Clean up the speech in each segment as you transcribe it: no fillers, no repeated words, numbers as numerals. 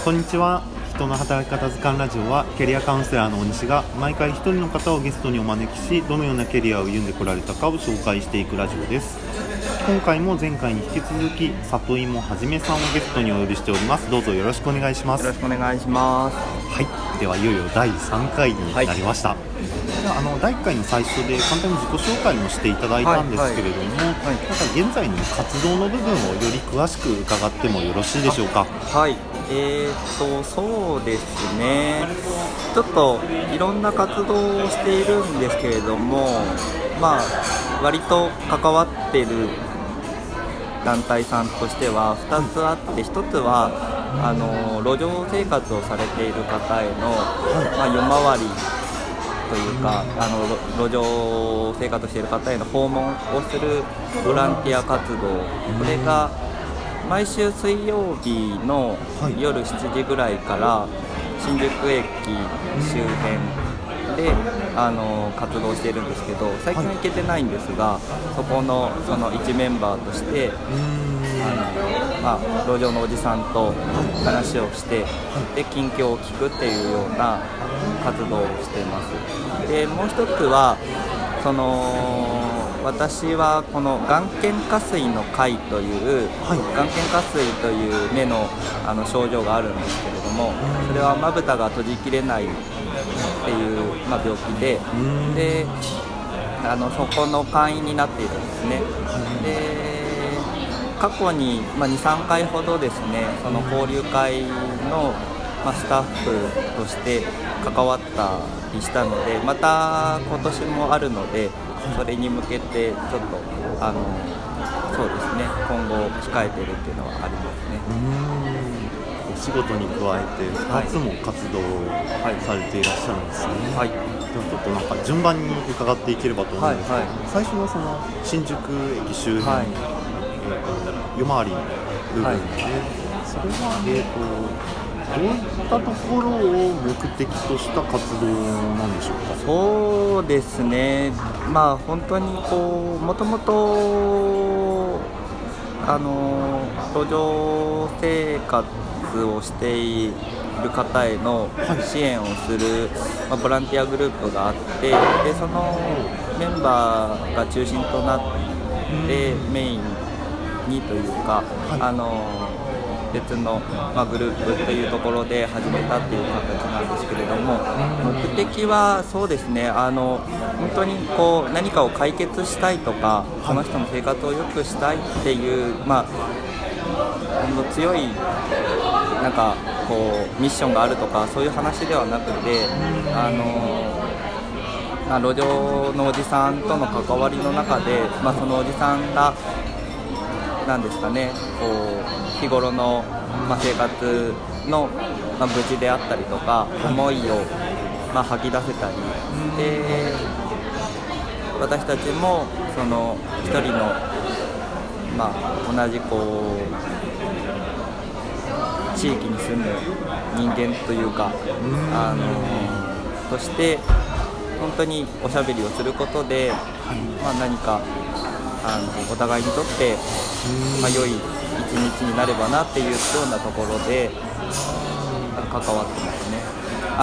こんにちは。人の働き方図鑑ラジオはキャリアカウンセラーの大西が毎回一人の方をゲストにお招きし、どのようなキャリアを歩んでこられたかを紹介していくラジオです。今回も前回に引き続き里芋はじめさんをゲストにお呼びしております。どうぞよろしくお願いします。 よろしくお願いします。 はい、ではいよいよ第3回になりました。第1回の最初で簡単に自己紹介もしていただいたんですけれども、また現在の活動の部分をより詳しく伺ってもよろしいでしょうか。 はい、そうですね、ちょっといろんな活動をしているんですけれども、割と関わっている団体さんとしては2つあって、1つは路上生活をされている方への、夜回りというか、路上生活している方への訪問をするボランティア活動、これが毎週水曜日の夜7時ぐらいから新宿駅周辺で活動しているんですけど、最近は行けてないんですが、そこの一メンバーとして路上のおじさんと話をして、で近況を聞くっていうような活動をしています。でもう一つは私はこの眼瞼下垂の会という、眼瞼下垂という目の症状があるんですけれども、それはまぶたが閉じきれないっていう、病気で、そこの会員になっているんですね。で過去に、2、3回ほどですね、その交流会の、スタッフとして関わったりしたので、また今年もあるので、それに向けてちょっとそうですね、今後控えているっていうのはありますね。 お仕事に加えて2つも活動されていらっしゃるんですね。ではちょっと順番に伺っていければと思うんですけど、最初のその新宿駅周辺、夜回り部分で、それはどういったところを目的とした活動なんでしょうか。 そうですね、本当にもともと路上生活をしている方への支援をする、ボランティアグループがあって、でそのメンバーが中心となってメインにというか、別の、グループというところで始めたっていう形なんですけれども、目的はそうですね、本当に何かを解決したいとか、その人の生活を良くしたいっていう、強いミッションがあるとか、そういう話ではなくて、路上のおじさんとの関わりの中で、そのおじさんがなんですかね、日頃の、生活の、無事であったりとか、思いを、吐き出せたりで、私たちもその一人の、同じ地域に住む人間というか、として本当におしゃべりをすることで、何かお互いにとって、良い一日になればなっていうようなところで関わってますね。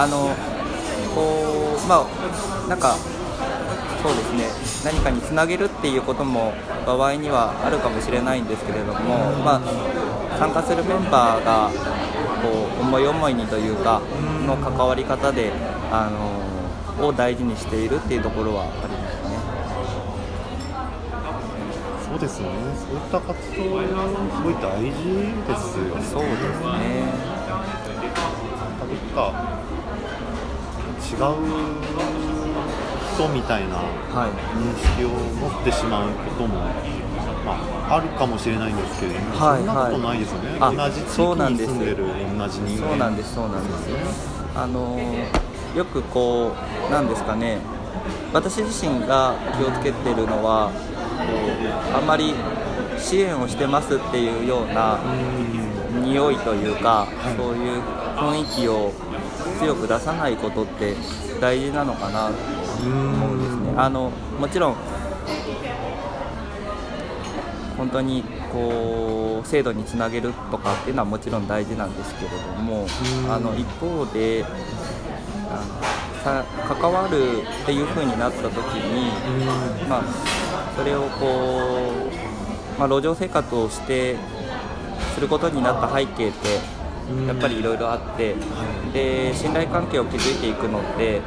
そうですね、何かにつなげるっていうことも場合にはあるかもしれないんですけれども、参加するメンバーが思い思いにというかの関わり方でを大事にしているっていうところはありますね。 そうですね、そういった活動すごい大事ですよね。 そうですね。 どっか違う人みたいな認識を持ってしまうことも、あるかもしれないんですけれども、そんなことないですよね。同じ地域に住んでる同じ人間。 そうなんです。よくなんですかね、私自身が気をつけているのは、あんまり支援をしてますっていうような匂いというか、そういう雰囲気を強く出さないことって大事なのかなと思うんですね。もちろん本当にこう制度につなげるとかっていうのはもちろん大事なんですけれども、一方で関わるっていう風になった時に、それをこう、路上生活をすることになった背景ってやっぱりいろいろあって、で信頼関係を築いていくのって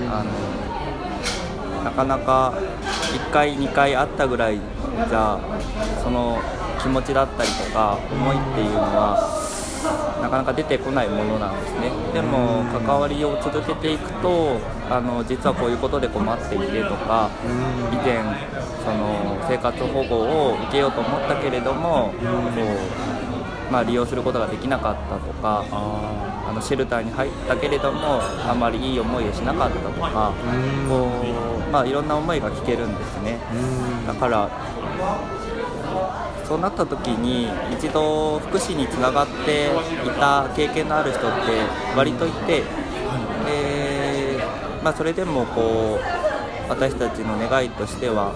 なかなか1回2回会ったぐらいじゃその気持ちだったりとか思いっていうのはなかなか出てこないものなんですね。でも関わりを続けていくと実はこういうことで困っていてとか、以前その生活保護を受けようと思ったけれども利用することができなかったとか、シェルターに入ったけれどもあまりいい思いをしなかったとか、いろんな思いが聞けるんですね。だからそうなった時に一度福祉につながっていた経験のある人って割といて、それでもこう私たちの願いとしては、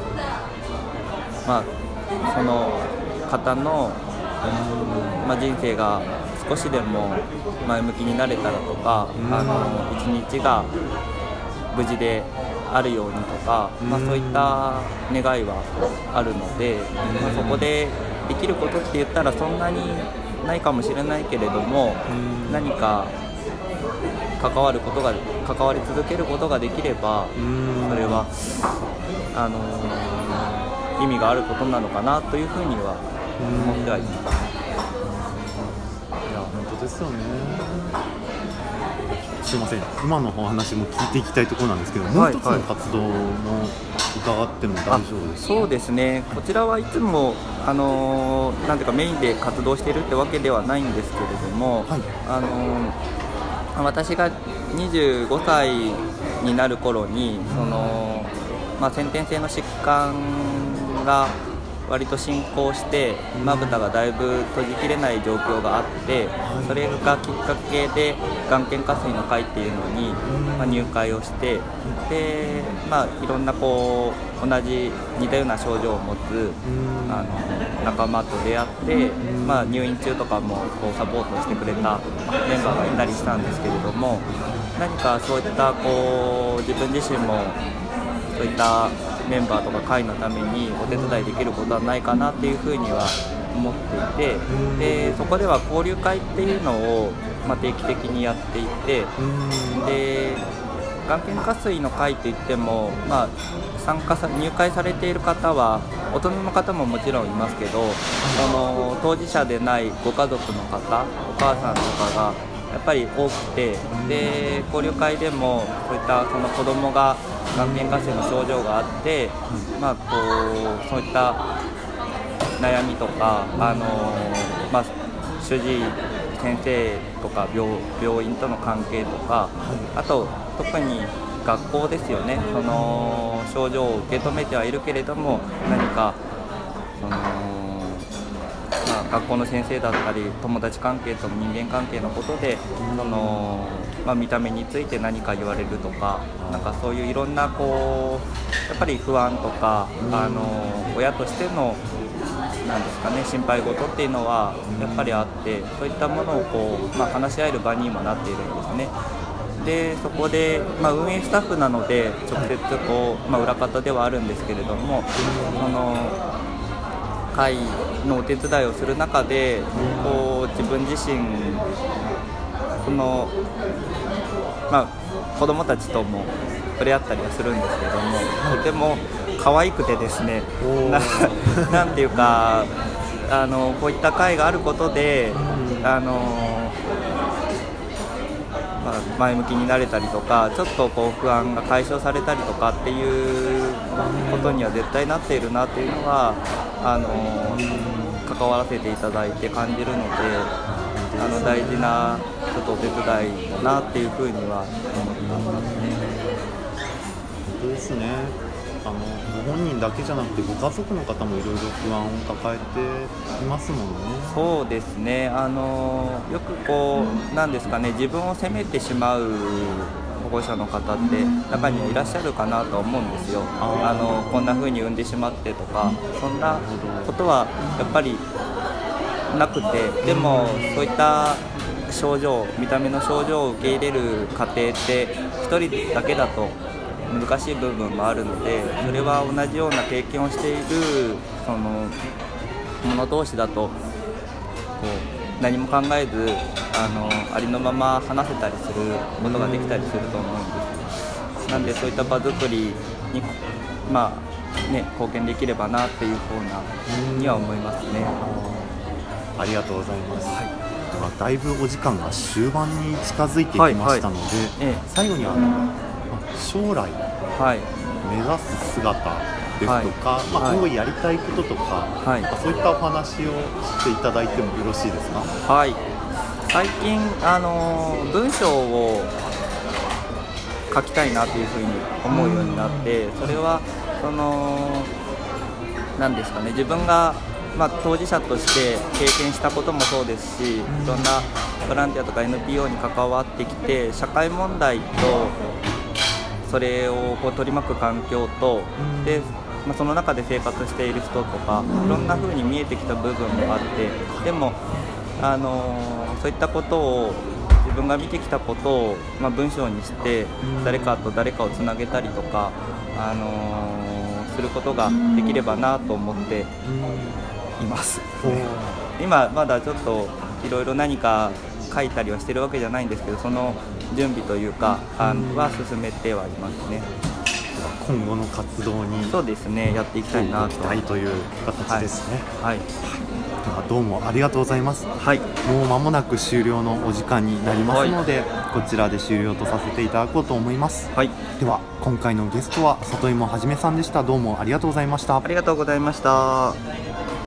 その方の、人生が少しでも前向きになれたらとか、一日が無事であるようにとか、そういった願いはあるので、そこでできることって言ったらそんなにないかもしれないけれども、何か関わり続けることができれば、それは意味があることなのかなというふうには思ってはいます。 いや本当ですよね。すいません、今のお話も聞いていきたいところなんですけど、もう一つの活動も伺っても大丈夫ですか？ そうですね、こちらはいつもなんていうかメインで活動しているってわけではないんですけれども、私が25歳になる頃に先天性の疾患が割と進行してまぶたがだいぶ閉じきれない状況があって、それがきっかけで眼瞼下垂の会っていうのに入会をして、でいろんな同じ似たような症状を持つ仲間と出会って、入院中とかもサポートしてくれたメンバーがいたりしたんですけれども、何かそういった自分自身もそういったメンバーとか会のためにお手伝いできることはないかなっていうふうには思っていて、でそこでは交流会っていうのを定期的にやっていて、で眼瞼下垂の会といっても、入会されている方は大人の方ももちろんいますけど、当事者でないご家族の方、お母さんとかがやっぱり多くて、で交流会でもそういった子供が眼瞼下垂の症状があって、そういった悩みとか、主治医先生とか 病院との関係とか、あと特に学校ですよね。その症状を受け止めてはいるけれども、何か学校の先生だったり友達関係と人間関係のことで見た目について何か言われるとか、なんかそういういろんなやっぱり不安とか、親としてのなんですかね、心配事っていうのはやっぱりあって、そういったものを話し合える場にもなっているんですね。でそこで、運営スタッフなので直接裏方ではあるんですけれども、会のお手伝いをする中で自分自身子供たちとも触れ合ったりはするんですけども、とても可愛くてですね、なんていうかこういった会があることで前向きになれたりとか、ちょっと不安が解消されたりとかっていうことには絶対なっているなっていうのは関わらせていただいて感じるので、大事なちょっとお手伝いだなっていうふうには思ってますね。 本当ですね。ご本人だけじゃなくてご家族の方もいろいろ不安を抱えていますもんね。 そうですね。よくなんですかね、自分を責めてしまう保護者の方って中にはいらっしゃるかなと思うんですよ。こんな風に産んでしまってとか、そんなことはやっぱりなくて、でもそういった症状、見た目の症状を受け入れる過程って1人だけだと難しい部分もあるので、それは同じような経験をしているその者同士だとこう何も考えずありのまま話せたりすることができたりすると思うんです。なんでそういった場作りに貢献できればなっていうふうなには思いますね。 ありがとうございます。ではだいぶお時間が終盤に近づいてきましたので、最後に将来、目指す姿ですとか、今後やりたいこととか、そういったお話をしていただいてもよろしいですか？ 最近文章を書きたいなというふうに思うようになって、それは何ですかね、自分が当事者として経験したこともそうですし、いろんなボランティアとか NPO に関わってきて、社会問題とそれを取り巻く環境と、でその中で生活している人とか、いろんな風に見えてきた部分もあって、でもそういったことを、自分が見てきたことを、文章にして誰かと誰かをつなげたりとか、することができればなと思っています。今まだちょっといろいろ何か書いたりはしてるわけじゃないんですけど、その準備というかは進めてはいますね。 今後の活動にそうですね、やっていきたいなという形ですね。ではどうもありがとうございます。もう間もなく終了のお時間になりますので、こちらで終了とさせていただこうと思います。では今回のゲストは里芋はじめさんでした。どうもありがとうございました。 ありがとうございました。